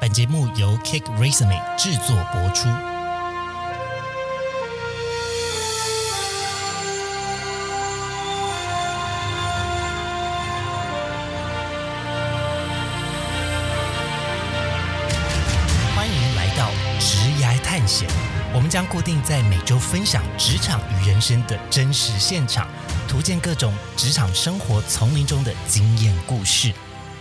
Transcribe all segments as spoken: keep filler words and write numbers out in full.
本节目由 Cake Resume 制作播出。欢迎来到职涯探险，我们将固定在每周分享职场与人生的真实现场，图鉴各种职场生活丛林中的经验故事。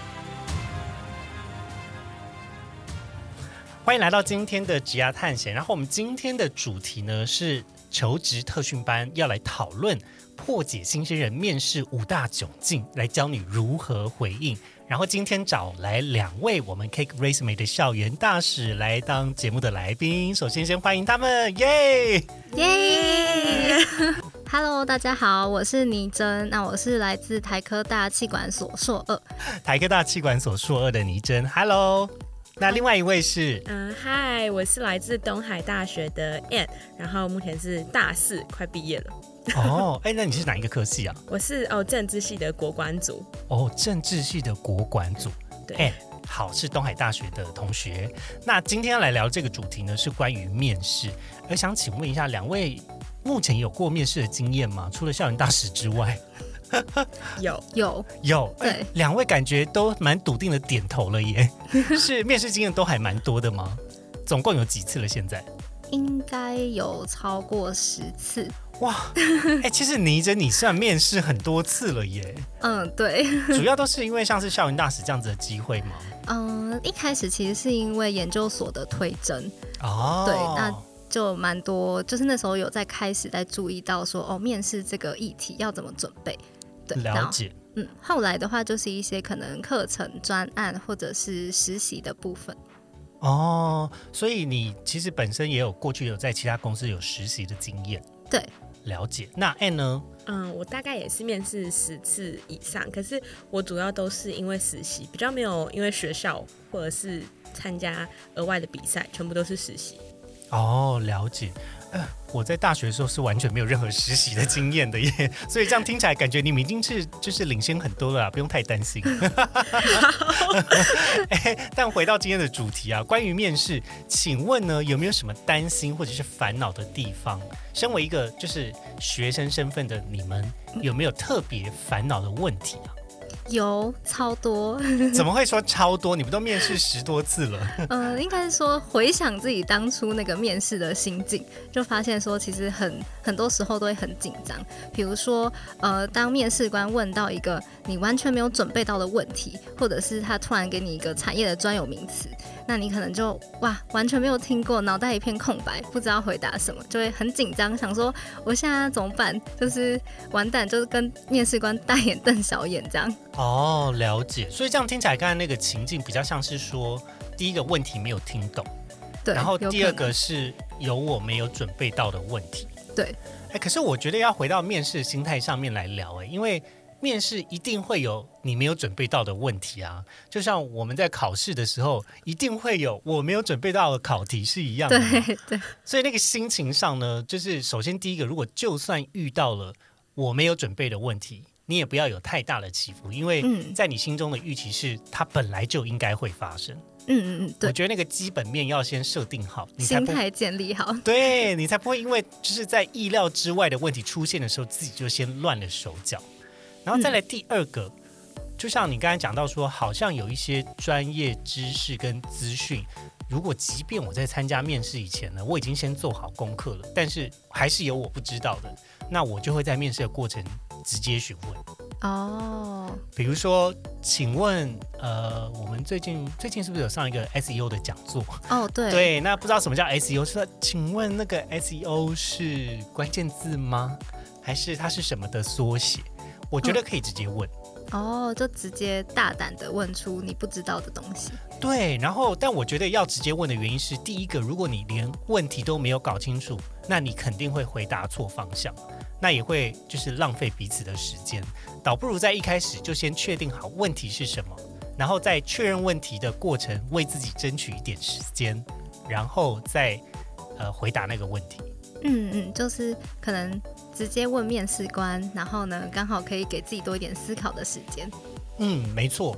欢迎来到今天的职涯探险，然后我们今天的主题呢是求职特训班，要来讨论破解新鲜人面试五大窘境，来教你如何回应。然后今天找来两位我们 Cake Resume 的校园大使来当节目的来宾，首先先欢迎他们，耶耶！Hello， 大家好，我是倪珍，那我是来自台科大企管所硕二， 台科大企管所硕二的倪珍 ，Hello。那另外一位是， 嗯，嗨，我是来自东海大学的 Ann， 然后目前是大四，快毕业了。 哦，哎，那你是哪一个科系啊？ 我是哦政治系的国管组。 哦，政治系的国管组。 对， 哎，好，是东海大学的同学。那今天要来聊这个主题呢，是关于面试。而想请问一下，两位目前有过面试的经验吗？除了校园大使之外？ 有有有， 对， 两位感觉都蛮笃定的点头了耶。是面试经验都还蛮多的吗？总共有几次了？现在应该有超过十次。 哇，哎，其实倪珍你算面试很多次了耶。 嗯，对。 主要都是因为像是校园大使这样子的机会吗？ 嗯，一开始其实是因为研究所的推甄。 哦， 对，那就蛮多，就是那时候有在开始在注意到说，哦，面试这个议题要怎么准备。对， 了解。 嗯，后来的话就是一些可能课程、专案或者是实习的部分。 哦，所以你其实本身也有过去有在其他公司有实习的经验。 对， 了解。那 Ann 呢？ 嗯，我大概也是面试十次以上，可是我主要都是因为实习，比较没有因为学校或者是参加额外的比赛，全部都是实习。 哦，了解。呃，我在大学的时候是完全没有任何实习的经验的耶，所以这样听起来感觉你们已经是就是领先很多了啦，不用太担心。欸，但回到今天的主题啊，关于面试，请问呢有没有什么担心或者是烦恼的地方？身为一个就是学生身份的你们，有没有特别烦恼的问题啊？ 有超多。 怎么会说超多？你们都面试十多次了。 呃，应该是说回想自己当初那个面试的心境，就发现说其实很很多时候都会很紧张。比如说，呃，当面试官问到一个你完全没有准备到的问题，或者是他突然给你一个产业的专有名词，那你可能就哇完全没有听过，脑袋一片空白，不知道回答什么，就会很紧张，想说我现在怎么办？就是完蛋，就是跟面试官大眼瞪小眼这样。 哦，了解。所以这样听起来，刚才那个情境比较像是说，第一个问题没有听懂， 对， 然后第二个是有我没有准备到的问题， 对。 哎，可是我觉得要回到面试心态上面来聊，哎，因为面试一定会有你没有准备到的问题啊，就像我们在考试的时候，一定会有我没有准备到的考题是一样的。 对对。 所以那个心情上呢，就是首先第一个，如果就算遇到了我没有准备的问题，你也不要有太大的起伏，因为在你心中的预期是它本来就应该会发生。 嗯嗯嗯，对， 我觉得那个基本面要先设定好，你才不心态建立好， 对，你才不会因为就是在意料之外的问题出现的时候，自己就先乱了手脚。然后再来第二个，嗯、就像你刚才讲到说，好像有一些专业知识跟资讯，如果即便我在参加面试以前呢，我已经先做好功课了，但是还是有我不知道的，那我就会在面试的过程直接询问。 哦， 比如说，请问，呃，我们最近最近是不是有上一个 S E O 的讲座？ 哦，对， 对，那不知道什么叫 S E O？ 说，请问那个 S E O 是关键字吗？还是它是什么的缩写？我觉得可以直接问。 嗯、哦，就直接大胆的问出你不知道的东西。 对，然后，但我觉得要直接问的原因是，第一个，如果你连问题都没有搞清楚，那你肯定会回答错方向。那也会就是浪费彼此的时间，倒不如在一开始就先确定好问题是什么，然后在确认问题的过程为自己争取一点时间，然后再、呃、回答那个问题。 嗯嗯，就是可能直接问面试官，然后呢刚好可以给自己多一点思考的时间。 嗯，没错。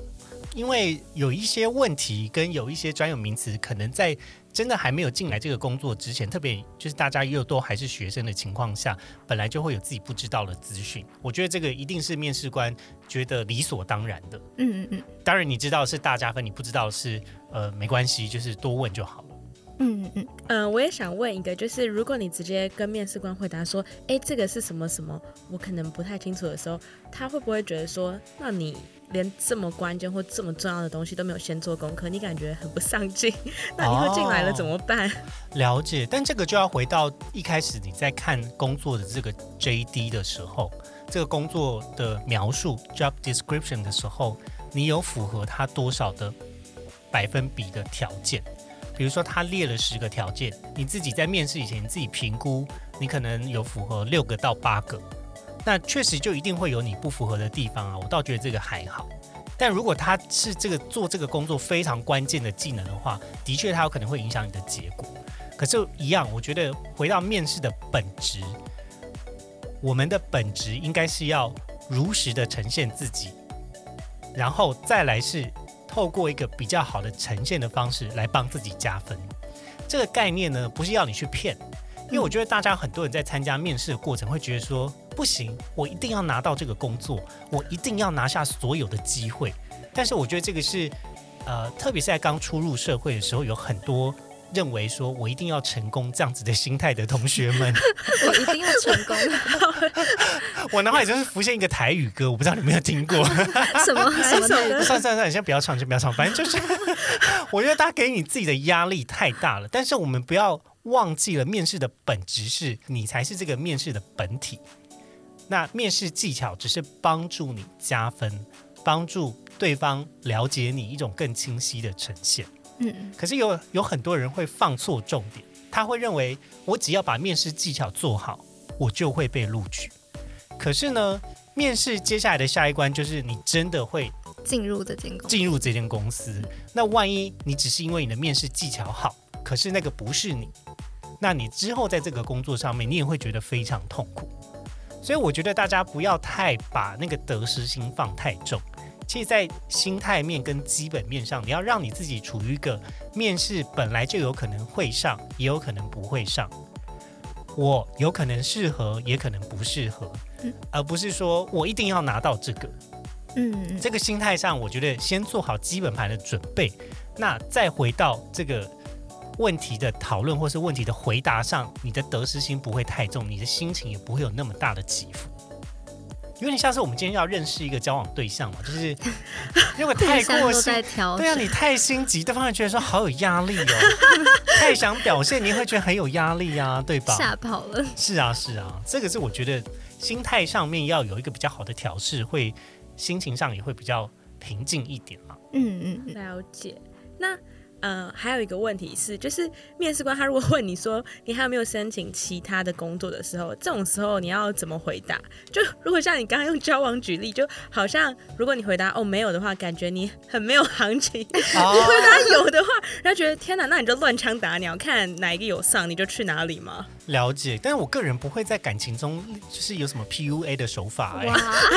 因为有一些问题跟有一些专有名词，可能在真的还没有进来这个工作之前，特别就是大家又都还是学生的情况下，本来就会有自己不知道的资讯。我觉得这个一定是面试官觉得理所当然的。 嗯嗯嗯。 当然你知道是大加分，你不知道是呃没关系，就是多问就好了。 嗯嗯嗯、呃，我也想问一个，就是如果你直接跟面试官回答说，哎，这个是什么什么，我可能不太清楚的时候，他会不会觉得说，那你连这么关键或这么重要的东西都没有先做功课，你感觉很不上进，那以后进来了怎么办？ 哦，了解，但这个就要回到一开始你在看工作的这个 J D 的时候，这个工作的描述 job description 的时候，你有符合它多少的百分比的条件？比如说他列了十个条件，你自己在面试以前你自己评估，你可能有符合六个到八个，那确实就一定会有你不符合的地方啊。我倒觉得这个还好，但如果他是这个做这个工作非常关键的技能的话，的确他有可能会影响你的结果。可是，一样，我觉得回到面试的本质，我们的本质应该是要如实的呈现自己，然后再来是透过一个比较好的呈现的方式来帮自己加分。这个概念呢，不是要你去骗，因为我觉得大家很多人在参加面试的过程会觉得说，不行，我一定要拿到这个工作，我一定要拿下所有的机会。但是我觉得这个是，呃，特别是在刚出入社会的时候，有很多认为说我一定要成功这样子的心态的同学们， 我一定要成功。 我脑海中是浮现一个台语歌，我不知道你有没有听过。 什么什么台语？ 算了算了算了，你先不要唱，先不要唱，反正就是，我觉得大家给你自己的压力太大了。但是我们不要忘记了，面试的本质是你才是这个面试的本体。那面试技巧只是帮助你加分，帮助对方了解你一种更清晰的呈现。 嗯， 可是有有很多人会放错重点，他会认为我只要把面试技巧做好，我就会被录取。可是呢，面试接下来的下一关就是你真的会进入这间公司， 进入这间公司。那万一你只是因为你的面试技巧好，可是那个不是你，那你之后在这个工作上面，你也会觉得非常痛苦。所以我觉得大家不要太把那个得失心放太重。其实在心态面跟基本面上，你要让你自己处于一个面试本来就有可能会上，也有可能不会上，我有可能适合，也可能不适合，嗯、而不是说我一定要拿到这个。 嗯， 这个心态上，我觉得先做好基本盘的准备，那再回到这个问题的讨论或是问题的回答上，你的得失心不会太重，你的心情也不会有那么大的起伏。有点像是我们今天要认识一个交往对象嘛，就是如果太过心，对啊，你太心急，对方会觉得说好有压力哦，太想表现，你会觉得很有压力啊，对吧？ 吓跑了。 是啊，是啊，这个是我觉得心态上面要有一个比较好的调试，会心情上也会比较平静一点嘛。 嗯嗯， 了解。那呃，还有一个问题是，就是面试官他如果问你说你还有没有申请其他的工作的时候，这种时候你要怎么回答？就如果像你刚刚用交往举例，就好像如果你回答哦没有的话，感觉你很没有行情；哦、你回答有的话，然后觉得天哪，那你就乱枪打鸟，看哪一个有上你就去哪里吗？ 了解，但是我个人不会在感情中就是有什么 P U A 的手法、欸，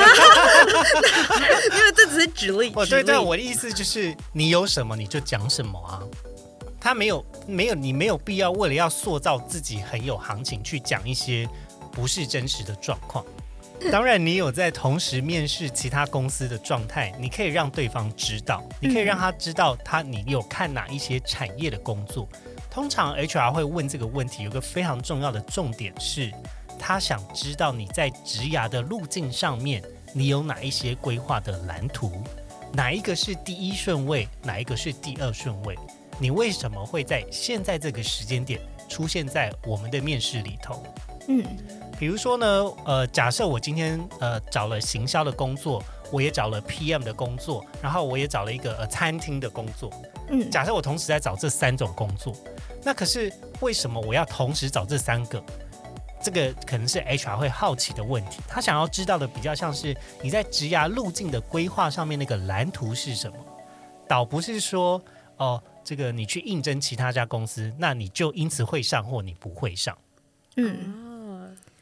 因为这只是举例。 哦，对对，我的意思就是你有什么你就讲什么啊。他没有没有，你没有必要为了要塑造自己很有行情，去讲一些不是真实的状况。当然，你有在同时面试其他公司的状态，你可以让对方知道，你可以让他知道他你有看哪一些产业的工作。通常 H R 会问这个问题，有个非常重要的重点是，他想知道你在职涯的路径上面，你有哪一些规划的蓝图，哪一个是第一顺位，哪一个是第二顺位。你为什么会在现在这个时间点出现在我们的面试里头？ 嗯， 比如说呢，呃，假设我今天呃找了行销的工作，我也找了 P M 的工作，然后我也找了一个呃餐厅的工作。嗯，假设我同时在找这三种工作，那可是为什么我要同时找这三个？这个可能是 H R 会好奇的问题，他想要知道的比较像是你在职涯路径的规划上面那个蓝图是什么，倒不是说哦。这个你去应征其他家公司，那你就因此会上或你不会上。 嗯，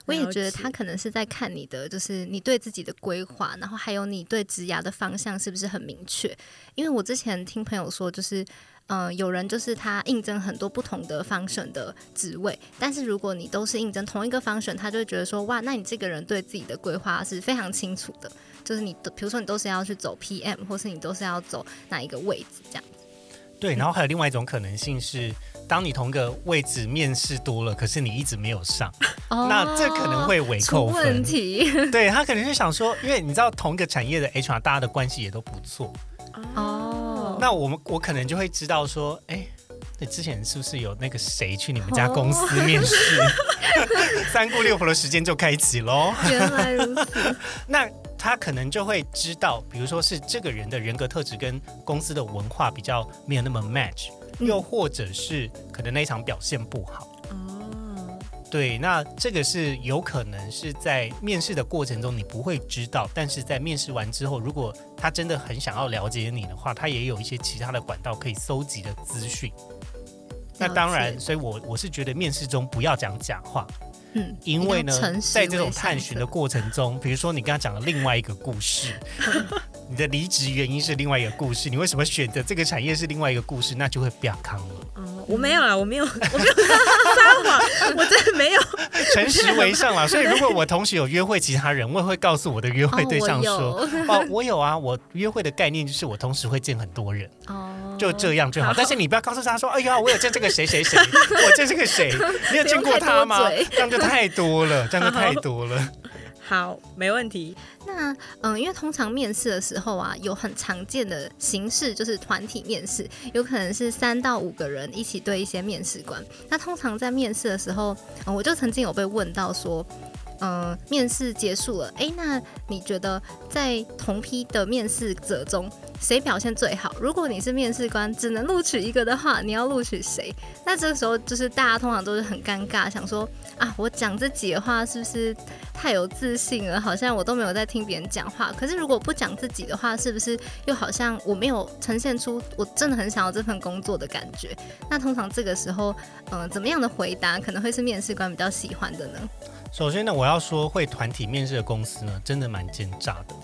我也觉得他可能是在看你的，就是你对自己的规划，然后还有你对职涯的方向是不是很明确。因为我之前听朋友说，就是呃，有人就是他应征很多不同的 function 的职位，但是如果你都是应征同一个 function， 他就会觉得说，哇，那你这个人对自己的规划是非常清楚的，就是你比如说你都是要去走 P M， 或是你都是要走哪一个位置这样子。 对，然后还有另外一种可能性是，当你同个位置面试多了，可是你一直没有上，哦、那这可能会伪扣分。 出问题。 对，他可能是想说，因为你知道同一个产业的 H R 大家的关系也都不错。哦。那我们我可能就会知道说，哎，你之前是不是有那个谁去你们家公司面试？哦、三姑六婆的时间就开启喽。 原来如此。 那他可能就会知道，比如说是这个人的人格特质跟公司的文化比较没有那么 match，、嗯、又或者是可能那一场表现不好。哦，对，那这个是有可能是在面试的过程中你不会知道，但是在面试完之后，如果他真的很想要了解你的话，他也有一些其他的管道可以搜集的资讯。那当然，所以我我是觉得面试中不要讲假话。嗯，因为呢，在这种探寻的过程中，比如说你刚刚讲的另外一个故事，你的离职原因是另外一个故事，你为什么选择这个产业是另外一个故事，那就会不要康了。 哦，我没有啊，我没有，我没有撒谎，我真的没有， 诚实为上啦。所以如果我同时有约会其他人，我也会告诉我的约会对象说，哦，我 有, 哦我有啊，我约会的概念就是我同时会见很多人。哦。就这样就好，但是你不要告诉他说：“哎呀，我有见这个谁谁谁，我见这个谁，你有见过他吗？”这样就太多了，这样就太多了。 好，没问题。 那嗯，因为通常面试的时候啊，有很常见的形式就是团体面试，有可能是三到五个人一起对一些面试官。那通常在面试的时候，嗯、我就曾经有被问到说。嗯，面试结束了，哎，那你觉得在同批的面试者中，谁表现最好？如果你是面试官，只能录取一个的话，你要录取谁？那这个时候就是大家通常都是很尴尬，想说啊，我讲自己的话是不是太有自信了？好像我都没有在听别人讲话。可是如果不讲自己的话，是不是又好像我没有呈现出我真的很想要这份工作的感觉？那通常这个时候，嗯，怎么样的回答可能会是面试官比较喜欢的呢？ 首先呢，我要说会团体面试的公司呢，真的蛮奸诈的，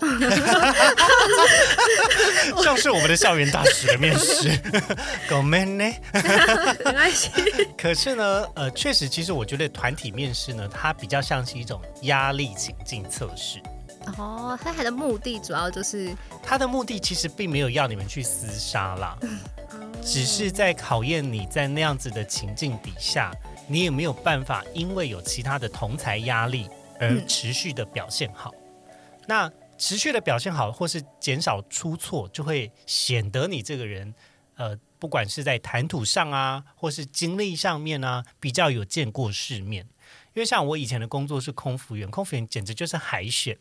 像是我们的校园大使的面试，狗们呢？ 没关系。 可是呢，呃，确实，其实我觉得团体面试呢，它比较像是一种压力情境测试。 哦，它的目的主要就是它的目的其实并没有要你们去厮杀啦，只是在考验你在那样子的情境底下。你有没有办法因为有其他的同侪压力而持续的表现好、嗯、那持续的表现好或是减少出错，就会显得你这个人呃，不管是在谈吐上啊或是经历上面啊比较有见过世面。因为像我以前的工作是空服员，空服员简直就是海选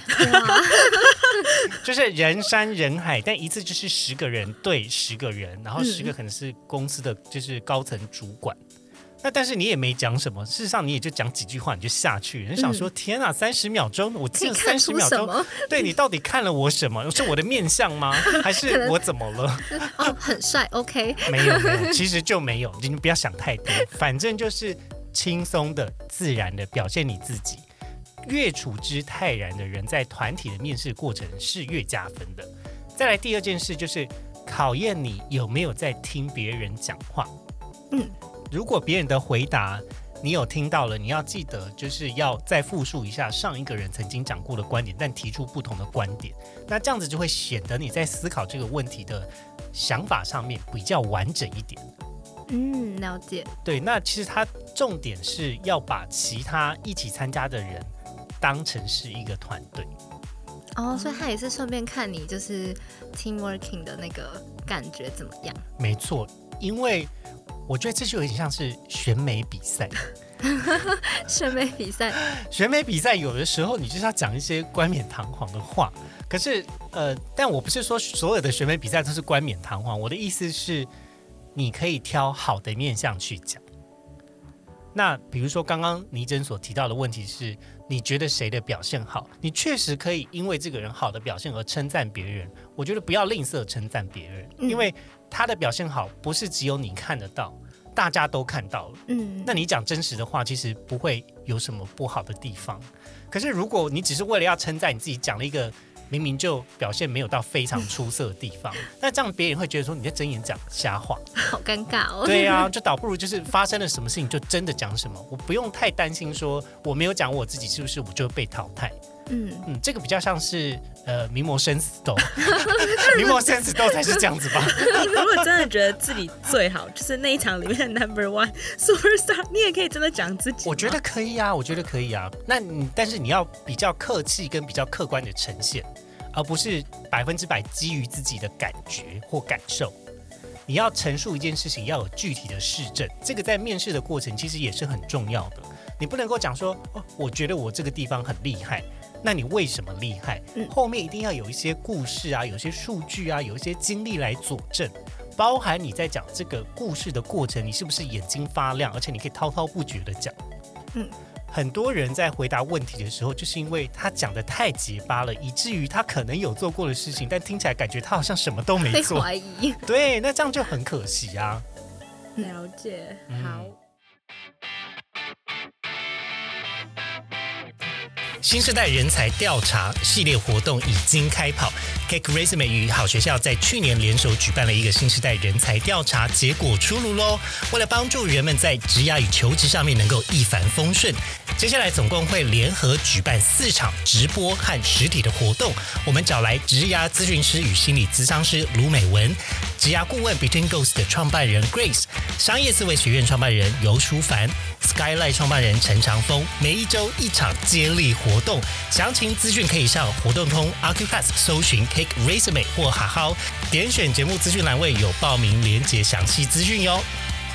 就是人山人海，但一次就是十个人对十个人，然后十个可能是公司的就是高层主管、嗯，那但是你也没讲什么，事实上你也就讲几句话你就下去，你就想说、嗯、天啊，三十秒钟，我只有三十秒钟，对，你到底看了我什么？是我的面相吗？还是我怎么了？ 哦，很帅 ，OK？ 没有没有，其实就没有，你不要想太多，反正就是轻松的、自然的表现你自己。越处之泰然的人，在团体的面试过程是越加分的。再来第二件事就是考验你有没有在听别人讲话。嗯。如果别人的回答你有听到了，你要记得就是要再复述一下上一个人曾经讲过的观点，但提出不同的观点，那这样子就会显得你在思考这个问题的想法上面比较完整一点。 嗯，了解。对， 那其实它重点是要把其他一起参加的人当成是一个团队。 哦，所以他也是顺便看你就是 team working 的那个感觉怎么样。 没错，因为我觉得这就有点像是选美比赛。 选美比赛， 选美比赛有的时候你就是要讲一些冠冕堂皇的话，可是呃，但我不是说所有的选美比赛都是冠冕堂皇，我的意思是你可以挑好的面向去讲。那比如说刚刚倪珍所提到的问题是，你觉得谁的表现好，你确实可以因为这个人好的表现而称赞别人，我觉得不要吝啬称赞别人、嗯、因为他的表现好不是只有你看得到， 大家都看到了， 嗯， 那你讲真实的话，其实不会有什么不好的地方。可是如果你只是为了要称赞你自己，讲了一个明明就表现没有到非常出色的地方，那这样别人会觉得说你在睁眼讲瞎话， 好尴尬哦。 对啊，就倒不如就是发生了什么事情就真的讲什么，我不用太担心说我没有讲我自己是不是我就被淘汰。 嗯嗯，这个比较像是呃名模生死斗，名模生死斗才是这样子吧？ 如果真的觉得自己最好，就是那一场里面的 number one superstar， 你也可以真的讲自己。 我觉得可以啊，我觉得可以啊。那你但是你要比较客气跟比较客观的呈现，而不是百分之百基于自己的感觉或感受。你要陈述一件事情，要有具体的事证，这个在面试的过程其实也是很重要的。你不能够讲说，哦，我觉得我这个地方很厉害。那你为什么厉害？ 嗯、 后面一定要有一些故事啊，有一些数据啊，有一些经历来佐证，包含你在讲这个故事的过程，你是不是眼睛发亮，而且你可以滔滔不绝的讲。 嗯， 很多人在回答问题的时候，就是因为他讲的太结巴了，以至于他可能有做过的事情，但听起来感觉他好像什么都没做， 被怀疑。 对，那这样就很可惜啊。 了解， 嗯、 好。 新世代人才调查系列活动已经开跑 ，Cake Resume 与好学校在去年联手举办了一个新世代人才调查，结果出炉喽！为了帮助人们在职涯与求职上面能够一帆风顺，接下来总共会联合举办四场直播和实体的活动。我们找来职涯咨询师与心理咨商师卢美文，职涯顾问 Between Goals 的创办人 Grace， 商业思维学院创办人游淑凡 ，Skyline 创办人陈长峰，每一周一场接力活动。详情资讯可以上活动通 Acupass 搜寻 Cake Resume 或好好点选节目资讯栏位有报名连结详细资讯哟。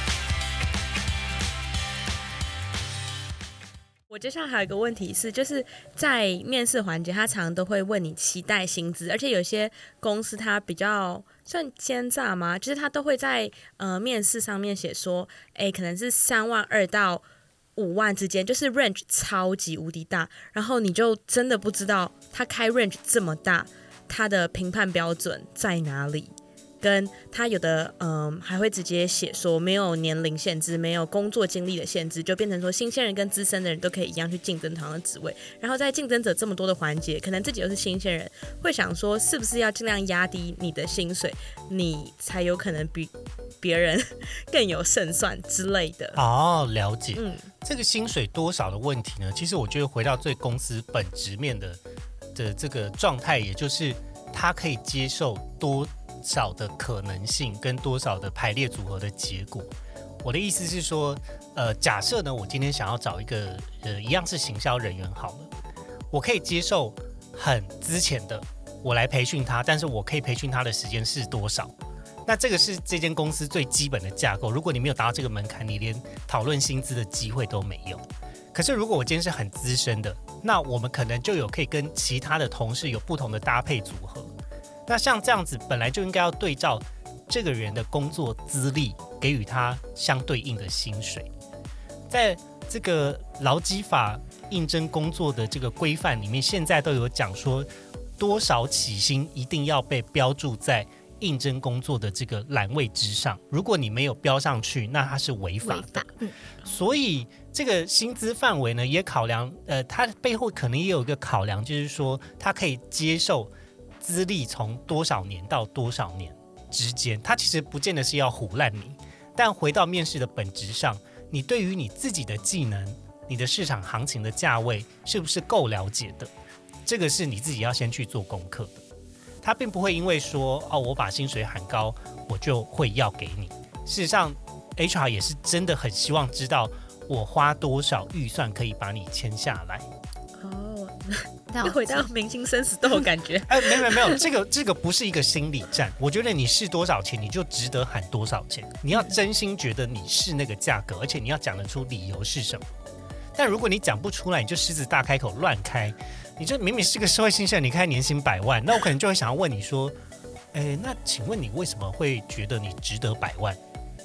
我接下来还有一个问题是，就是在面试环节，他常常都会问你期待薪资，而且有些公司它比较算奸诈吗？就是他都会在呃面试上面写说，哎，可能是三万二到五万之间，就是 range 超级无敌大，然后你就真的不知道他开 range 这么大，他的评判标准在哪里？跟他有的嗯还会直接写说没有年龄限制，没有工作经历的限制，就变成说新鲜人跟资深的人都可以一样去竞争同样的职位。然后在竞争者这么多的环节，可能自己又是新鲜人，会想说是不是要尽量压低你的薪水，你才有可能比别人更有胜算之类的。 哦，了解。 嗯， 这个薪水多少的问题呢？其实我觉得回到最公司本质面的的这个状态，也就是他可以接受多少的可能性跟多少的排列组合的结果。我的意思是说，呃，假设呢，我今天想要找一个呃一样是行销人员好了，我可以接受很资浅的，我来培训他，但是我可以培训他的时间是多少？那这个是这间公司最基本的架构。如果你没有达到这个门槛，你连讨论薪资的机会都没有。可是如果我今天是很资深的，那我们可能就有可以跟其他的同事有不同的搭配组合。那像这样子，本来就应该要对照这个人的工作资历，给予他相对应的薪水。在这个劳基法应征工作的这个规范里面，现在都有讲说，多少起薪一定要被标注在应征工作的这个栏位之上。如果你没有标上去，那它是违法的。 违法嗯、 所以这个薪资范围呢，也考量，呃，它背后可能也有一个考量，就是说它可以接受资历从多少年到多少年之间，它其实不见得是要唬烂你，但回到面试的本质上，你对于你自己的技能、你的市场行情的价位是不是够了解的，这个是你自己要先去做功课的。他并不会因为说哦，我把薪水喊高，我就会要给你。事实上 ，H R 也是真的很希望知道我花多少预算可以把你签下来。 哦，又回到明星生死斗的感觉。 哎，没有没有没有，这个这个不是一个心理战。我觉得你是多少钱，你就值得喊多少钱。你要真心觉得你是那个价格，而且你要讲得出理由是什么。但如果你讲不出来，你就狮子大开口乱开。你这明明是个社会新鲜人，你开年薪百万，那我可能就会想要问你说，哎，那请问你为什么会觉得你值得百万？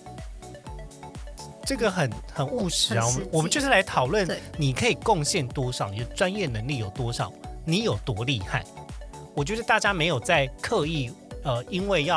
这个很很务实啊，我们我们就是来讨论你可以贡献多少，你的专业能力有多少，你有多厉害。我觉得大家没有在刻意呃，因为要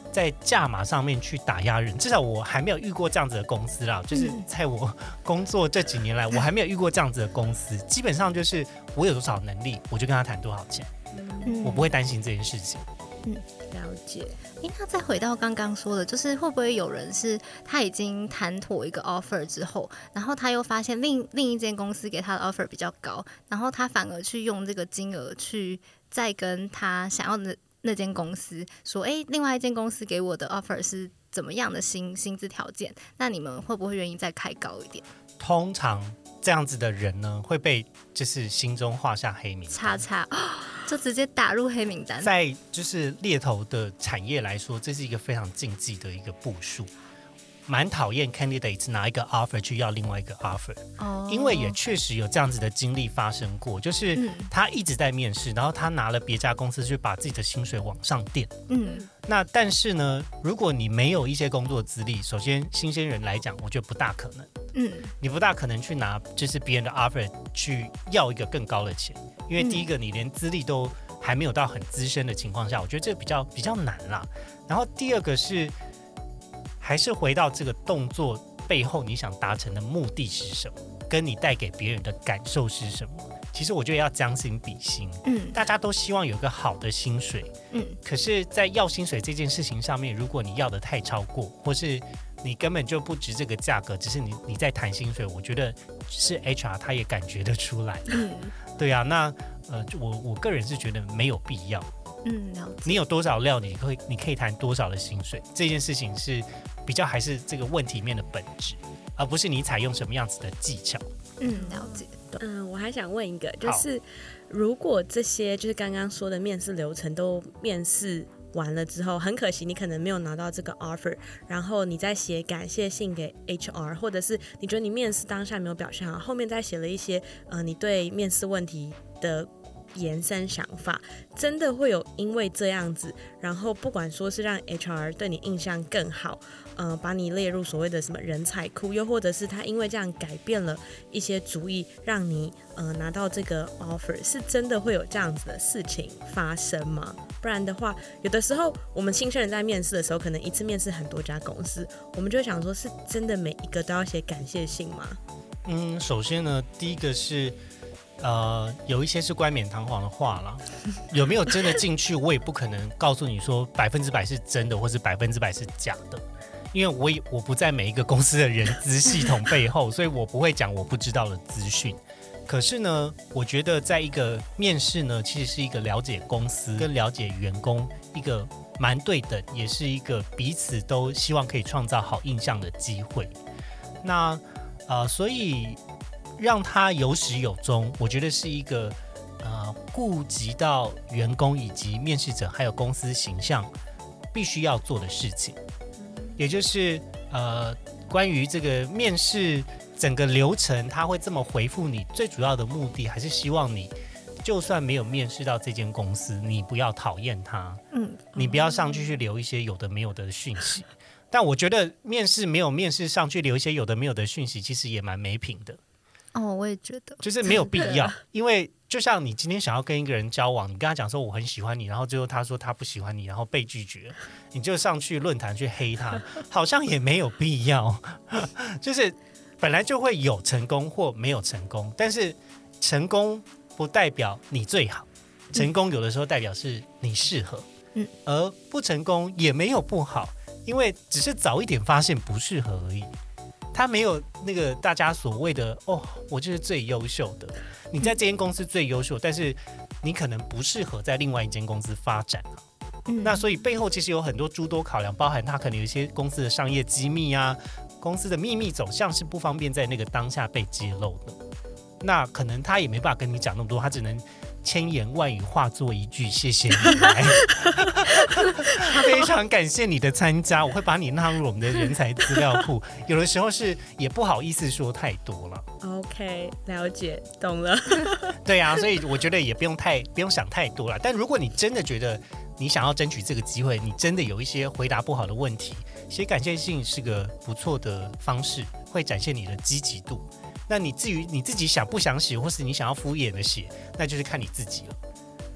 在价码上面去打压人，至少我还没有遇过这样子的公司啦。就是在我工作这几年来，我还没有遇过这样子的公司。基本上就是我有多少能力，我就跟他谈多少钱，嗯、我不会担心这件事情。 嗯，了解。 诶，那再回到刚刚说的，就是会不会有人是他已经谈妥一个 offer 之后，然后他又发现另另一间公司给他的 offer 比较高，然后他反而去用这个金额去再跟他想要的那间公司说，哎，另外一间公司给我的 offer 是怎么样的薪薪资条件？那你们会不会愿意再开高一点？ 通常这样子的人呢，会被就是心中画下黑名单， 叉叉、哦，就直接打入黑名单。 在就是猎头的产业来说，这是一个非常禁忌的一个步数。蛮讨厌 candidates 拿一个 offer 去要另外一个 offer，、哦、因为也确实有这样子的经历发生过，就是他一直在面试，然后他拿了别家公司去把自己的薪水往上垫。嗯，那但是呢，如果你没有一些工作资历，首先新鲜人来讲，我觉得不大可能。嗯，你不大可能去拿就是别人的 offer 去要一个更高的钱，因为第一个你连资历都还没有到很资深的情况下，我觉得这个比较比较难啦。然后第二个是。还是回到这个动作背后，你想达成的目的是什么？跟你带给别人的感受是什么？其实我觉得要将心比心，嗯，大家都希望有一个好的薪水，嗯，可是，在要薪水这件事情上面，如果你要的太超过，或是你根本就不值这个价格，只是你你在谈薪水，我觉得是 H R 他也感觉得出来，嗯，对啊，那呃，我我个人是觉得没有必要。嗯，了解。你有多少料，你可以你可以谈多少的薪水，这件事情是比较还是这个问题面的本质，而不是你采用什么样子的技巧。 嗯，了解。 嗯，我还想问一个，就是如果这些就是刚刚说的面试流程都面试完了之后，很可惜你可能没有拿到这个 offer， 然后你再写感谢信给 H R， 或者是你觉得你面试当下没有表现好，后面再写了一些呃你对面试问题的延伸想法，真的会有因为这样子，然后不管说是让 H R 对你印象更好，呃，把你列入所谓的什么人才库，又或者是他因为这样改变了一些主意，让你呃拿到这个 offer， 是真的会有这样子的事情发生吗？不然的话，有的时候我们新生人在面试的时候，可能一次面试很多家公司，我们就会想说，是真的每一个都要写感谢信吗？ 嗯，首先呢，第一个是。呃，有一些是冠冕堂皇的话啦，有没有真的进去，我也不可能告诉你说百分之百是真的，或是百分之百是假的，因为我也我不在每一个公司的人资系统背后，所以我不会讲我不知道的资讯。可是呢，我觉得在一个面试呢，其实是一个了解公司跟了解员工一个蛮对等，也是一个彼此都希望可以创造好印象的机会。那呃，所以。让他有始有终，我觉得是一个呃顾及到员工以及面试者还有公司形象必须要做的事情，也就是呃关于这个面试整个流程，他会这么回复你，最主要的目的还是希望你就算没有面试到这间公司，你不要讨厌他，嗯，你不要上去去留一些有的没有的讯息。但我觉得面试没有面试上去留一些有的没有的讯息，其实也蛮没品的。 哦，我也觉得， 就是没有必要，因为就像你今天想要跟一个人交往，你跟他讲说我很喜欢你，然后最后他说他不喜欢你，然后被拒绝，你就上去论坛去黑他，好像也没有必要。就是本来就会有成功或没有成功，但是成功不代表你最好，成功有的时候代表是你适合，嗯，而不成功也没有不好，因为只是早一点发现不适合而已。他没有那个大家所谓的哦，我就是最优秀的。你在这间公司最优秀，但是你可能不适合在另外一间公司发展啊。嗯、那所以背后其实有很多诸多考量，包含他可能有一些公司的商业机密啊，公司的秘密走向是不方便在那个当下被揭露的。那可能他也没办法跟你讲那么多，他只能千言万语化作一句谢谢你来。非常感谢你的参加，我会把你纳入我们的人才资料库。有的时候是也不好意思说太多了。 OK， 了解，懂了。 对啊，所以我觉得也不用太不用想太多了。但如果你真的觉得你想要争取这个机会，你真的有一些回答不好的问题，写感谢信是个不错的方式，会展现你的积极度。那你至于你自己想不想写，或是你想要敷衍的写，那就是看你自己了。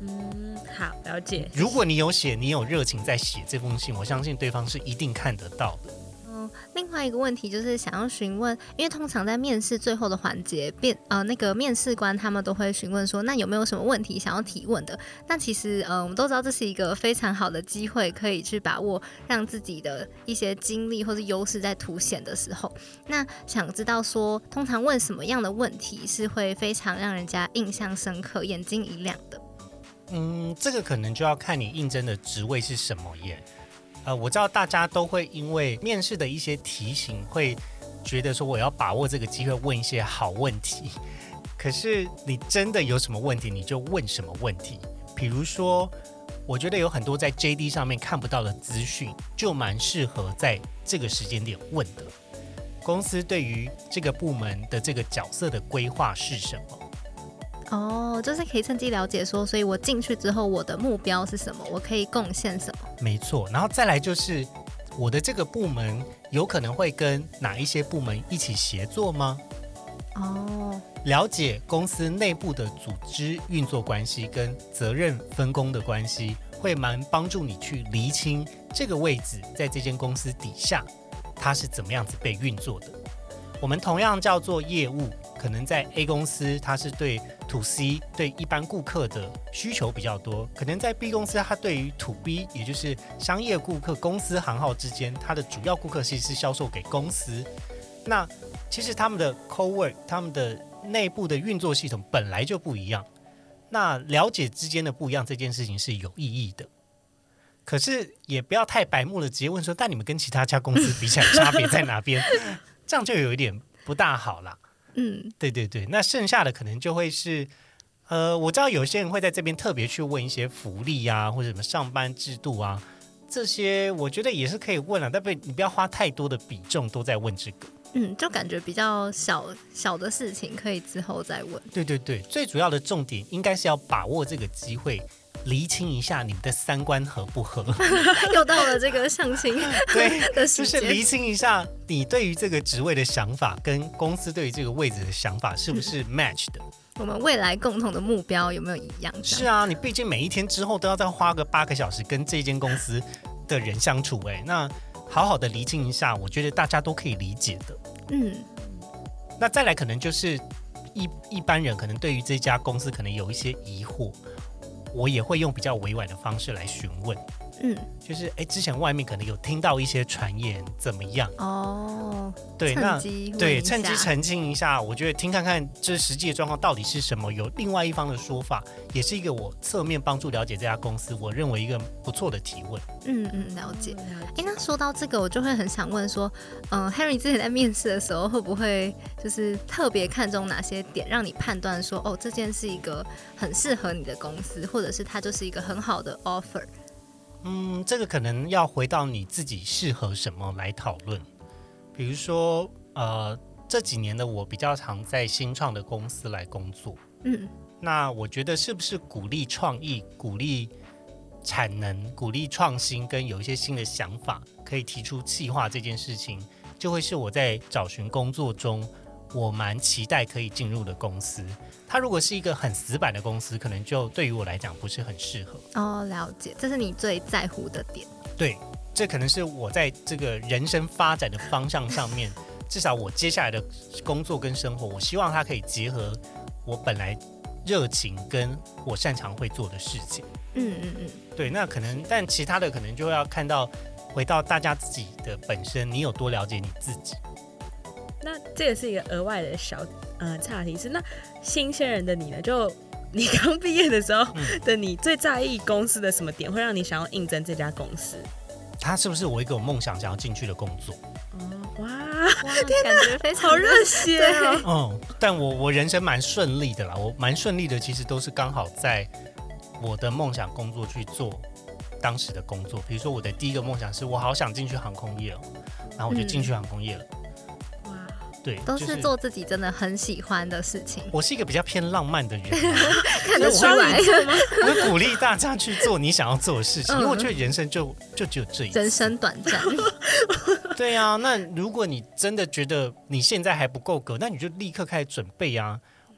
嗯，好，了解。 如果你有写，你有热情在写这封信，我相信对方是一定看得到的。 另外一个问题就是想要询问，因为通常在面试最后的环节，面呃那个面试官他们都会询问说，那有没有什么问题想要提问的？那其实呃我们都知道这是一个非常好的机会，可以去把握让自己的一些经历或是优势在凸显的时候。那想知道说，通常问什么样的问题是会非常让人家印象深刻、眼睛一亮的？ 嗯，这个可能就要看你应征的职位是什么耶。呃，我知道大家都会因为面试的一些题型，会觉得说我要把握这个机会问一些好问题。可是你真的有什么问题，你就问什么问题。比如说，我觉得有很多在 J D 上面看不到的资讯，就蛮适合在这个时间点问的。公司对于这个部门的这个角色的规划是什么？ 哦，就是可以趁机了解说，所以我进去之后，我的目标是什么，我可以贡献什么。 没错，然后再来就是我的这个部门有可能会跟哪一些部门一起协作吗？ 哦， 了解公司内部的组织运作关系跟责任分工的关系，会蛮帮助你去厘清这个位置在这间公司底下它是怎么样子被运作的。我们同样叫做业务，可能在 A 公司它是对 to C 对一般顾客的需求比较多，可能在 B 公司它对于 to B 也就是商业顾客公司行号之间，它的主要顾客其实是销售给公司。那其实他们的 co-work 他们的内部的运作系统本来就不一样，那了解之间的不一样这件事情是有意义的。可是也不要太白目了，直接问说，但你们跟其他家公司比起来差别在哪边？这样就有一点不大好啦。 嗯， 对对对，那剩下的可能就会是，呃，我知道有些人会在这边特别去问一些福利啊，或者什么上班制度啊，这些我觉得也是可以问了，但不你不要花太多的比重都在问这个。 嗯，就感觉比较小小的事情，可以之后再问。 对对对，最主要的重点应该是要把握这个机会，厘清一下你们的三观合不合。 又到了这个相亲对的时间， 就是厘清一下你对于这个职位的想法跟公司对于这个位置的想法是不是 match 的。 我们未来共同的目标有没有一样？ 是啊，你毕竟每一天之后都要再花个八个小时跟这间公司的人相处，哎，那好好的厘清一下，我觉得大家都可以理解的。 嗯， 那再来可能就是一一般人可能对于这家公司可能有一些疑惑，我也会用比较委婉的方式来询问。 嗯， 就是哎，之前外面可能有听到一些传言，怎么样？ 哦， 对， 趁那机对趁机澄清一下，我觉得听看看这实际的状况到底是什么，有另外一方的说法，也是一个我侧面帮助了解这家公司，我认为一个不错的提问。 嗯嗯，了解。哎，那说到这个，我就会很想问说，嗯、呃、，Henry 之前在面试的时候，会不会就是特别看重哪些点，让你判断说，哦，这件是一个很适合你的公司，或者是它就是一个很好的 offer？ 嗯，这个可能要回到你自己适合什么来讨论。比如说，呃，这几年的我比较常在新创的公司来工作。 嗯， 那我觉得是不是鼓励创意、鼓励产能、鼓励创新，跟有一些新的想法，可以提出企划这件事情，就会是我在找寻工作中我蛮期待可以进入的公司。它如果是一个很死板的公司，可能就对于我来讲不是很适合。 哦，了解，这是你最在乎的点。 对，这可能是我在这个人生发展的方向上面，至少我接下来的工作跟生活，我希望它可以结合我本来热情跟我擅长会做的事情。 嗯嗯嗯， 对，那可能，但其他的可能就要看到回到大家自己的本身，你有多了解你自己。 那这也是一个额外的小呃岔题是，那新鲜人的你呢？就你刚毕业的时候的你，最在意公司的什么点，会让你想要应征这家公司？ 他是不是我一个有梦想想要进去的工作？ 哦，哇， 哇，感觉非常好热血哦！ 嗯，但我我人生蛮顺利的啦，我蛮顺利的，其实都是刚好在我的梦想工作去做当时的工作。比如说我的第一个梦想是我好想进去航空业哦，然后我就进去航空业了。嗯对， 都是做自己真的很喜欢的事情。 我是一个比较偏浪漫的人， 看得出来。 我会鼓励大家去做你想要做的事情， 嗯、 因为我觉得人生就就只有这一次， 人生短暂。 对啊，那如果你真的觉得你现在还不够格，那你就立刻开始准备啊。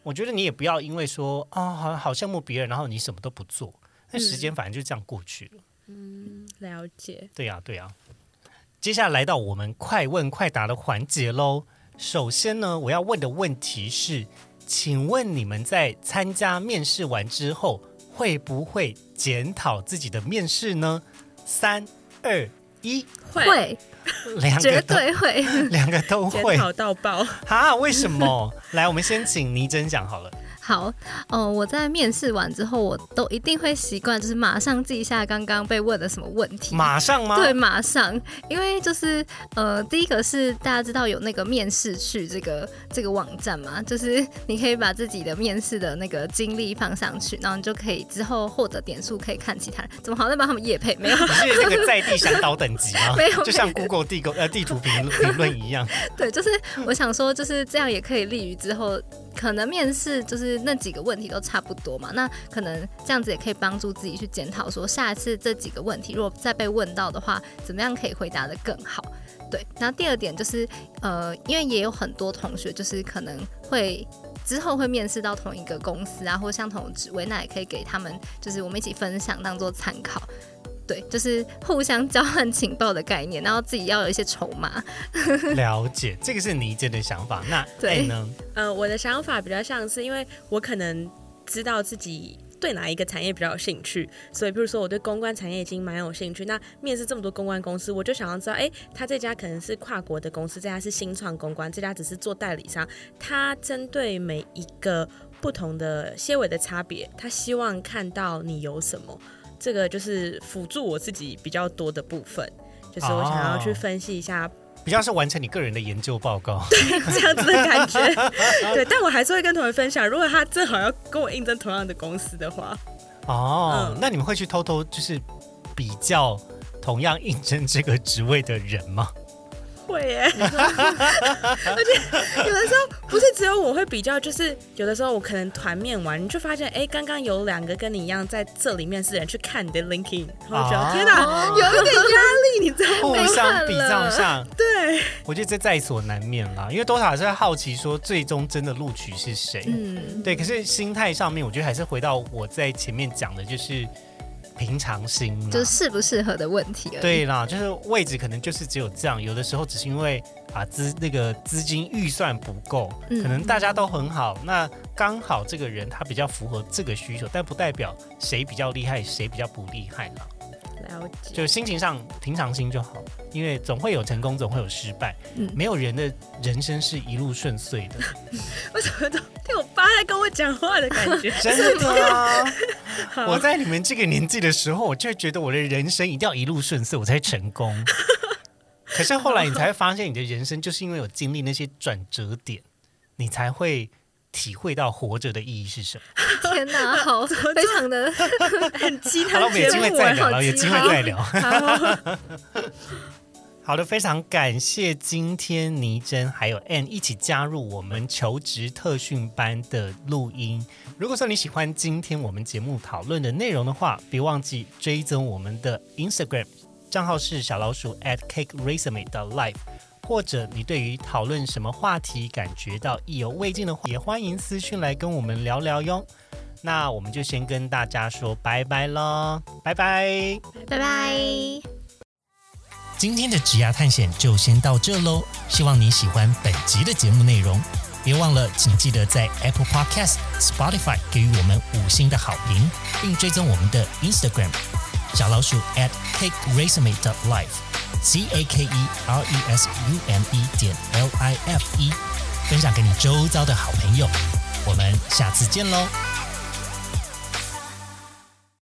我觉得你也不要因为说啊、哦，好好羡慕别人，然后你什么都不做，那时间反正就这样过去了。 嗯，了解。 对呀、啊，对呀、啊。接下来来到我们快问快答的环节喽。首先呢，我要问的问题是，请问你们在参加面试完之后，会不会检讨自己的面试呢？三二一， 会， 两个绝对会， 两个都会， 检讨到爆。 哈，为什么？来，我们先请倪真讲好了。 好，哦，我在面试完之后，我都一定会习惯，就是马上记一下刚刚被问的什么问题。 马上吗？ 对，马上，因为就是呃，第一个是大家知道有那个面试去这个这个网站嘛，就是你可以把自己的面试的那个经历放上去，然后你就可以之后获得点数，可以看其他人。怎么好像在帮他们业配？没有， 你是那个在地向导等级吗？ 没有， 就像 Google 地呃地图评评论一样。 对，就是我想说，就是这样也可以利于之后。可能面试就是那几个问题都差不多嘛，那可能这样子也可以帮助自己去检讨，说下一次这几个问题如果再被问到的话，怎么样可以回答得更好。对，然后第二点就是，呃，因为也有很多同学就是可能会之后会面试到同一个公司啊，或相同的职位，那也可以给他们，就是我们一起分享当做参考。对，就是互相交换情报的概念，然后自己要有一些筹码。 了解，这个是倪真的想法。那对呢？ 呃，我的想法比较像是，因为我可能知道自己对哪一个产业比较有兴趣，所以比如说我对公关产业已经蛮有兴趣，那面试这么多公关公司，我就想要知道，哎，他这家可能是跨国的公司，这家是新创公关，这家只是做代理商，他针对每一个不同的些微的差别，他希望看到你有什么。这个就是辅助我自己比较多的部分，就是我想要去分析一下，哦、 比较是完成你个人的研究报告， 对，这样子的感觉。对，但我还是会跟同学分享，如果他正好要跟我应征同样的公司的话， 哦，嗯、那你们会去偷偷就是比较同样应征这个职位的人吗？ 会耶，而且有的时候不是只有我会比较，就是有的时候我可能团面完，你就发现，哎，刚刚有两个跟你一样在这里面试的人去看你的 LinkedIn， 然后觉得、啊、天哪，有一点压力，你知道吗？ 互相比较上， 对， 我觉得这在所难免啦，因为多少还是会好奇说，最终真的录取是谁？嗯，对。可是心态上面，我觉得还是回到我在前面讲的，就是。平常心啦， 就是适不适合的问题而已。 对啦，就是位置可能就是只有这样，有的时候只是因为啊资那个资金预算不够，嗯、可能大家都很好，那刚好这个人他比较符合这个需求，但不代表谁比较厉害，谁比较不厉害啦。 了解， 就心情上平常心就好，因为总会有成功，总会有失败，嗯、没有人的人生是一路顺遂的。 为什么都听我爸在跟我讲话的感觉？ 真的啊！我在你们这个年纪的时候，我就会觉得我的人生一定要一路顺遂，我才成功。可是后来你才会发现，你的人生就是因为有经历那些转折点，你才会体会到活着的意义是什么。 天哪，好，非常的很鸡汤。 好了，我们有机会再聊了，有机会再聊。 好, 好的，非常感谢今天倪真还有 Ann 一起加入我们求职特训班的录音。如果说你喜欢今天我们节目讨论的内容的话，别忘记追踪我们的 Instagram 账号是小老鼠 at cake resume dot life， 或者你对于讨论什么话题感觉到意犹未尽的话，也欢迎私讯来跟我们聊聊哟。那我们就先跟大家说拜拜咯，拜拜， 拜拜。 今天的职涯探险就先到这咯，希望你喜欢本集的节目内容。别忘了，请记得在 Apple Podcast、Spotify 给予我们五星的好评，并追踪我们的 Instagram 小老鼠 at cake resume dot life C A K E R E S U M E 点 L I F E， 分享给你周遭的好朋友。我们下次见咯。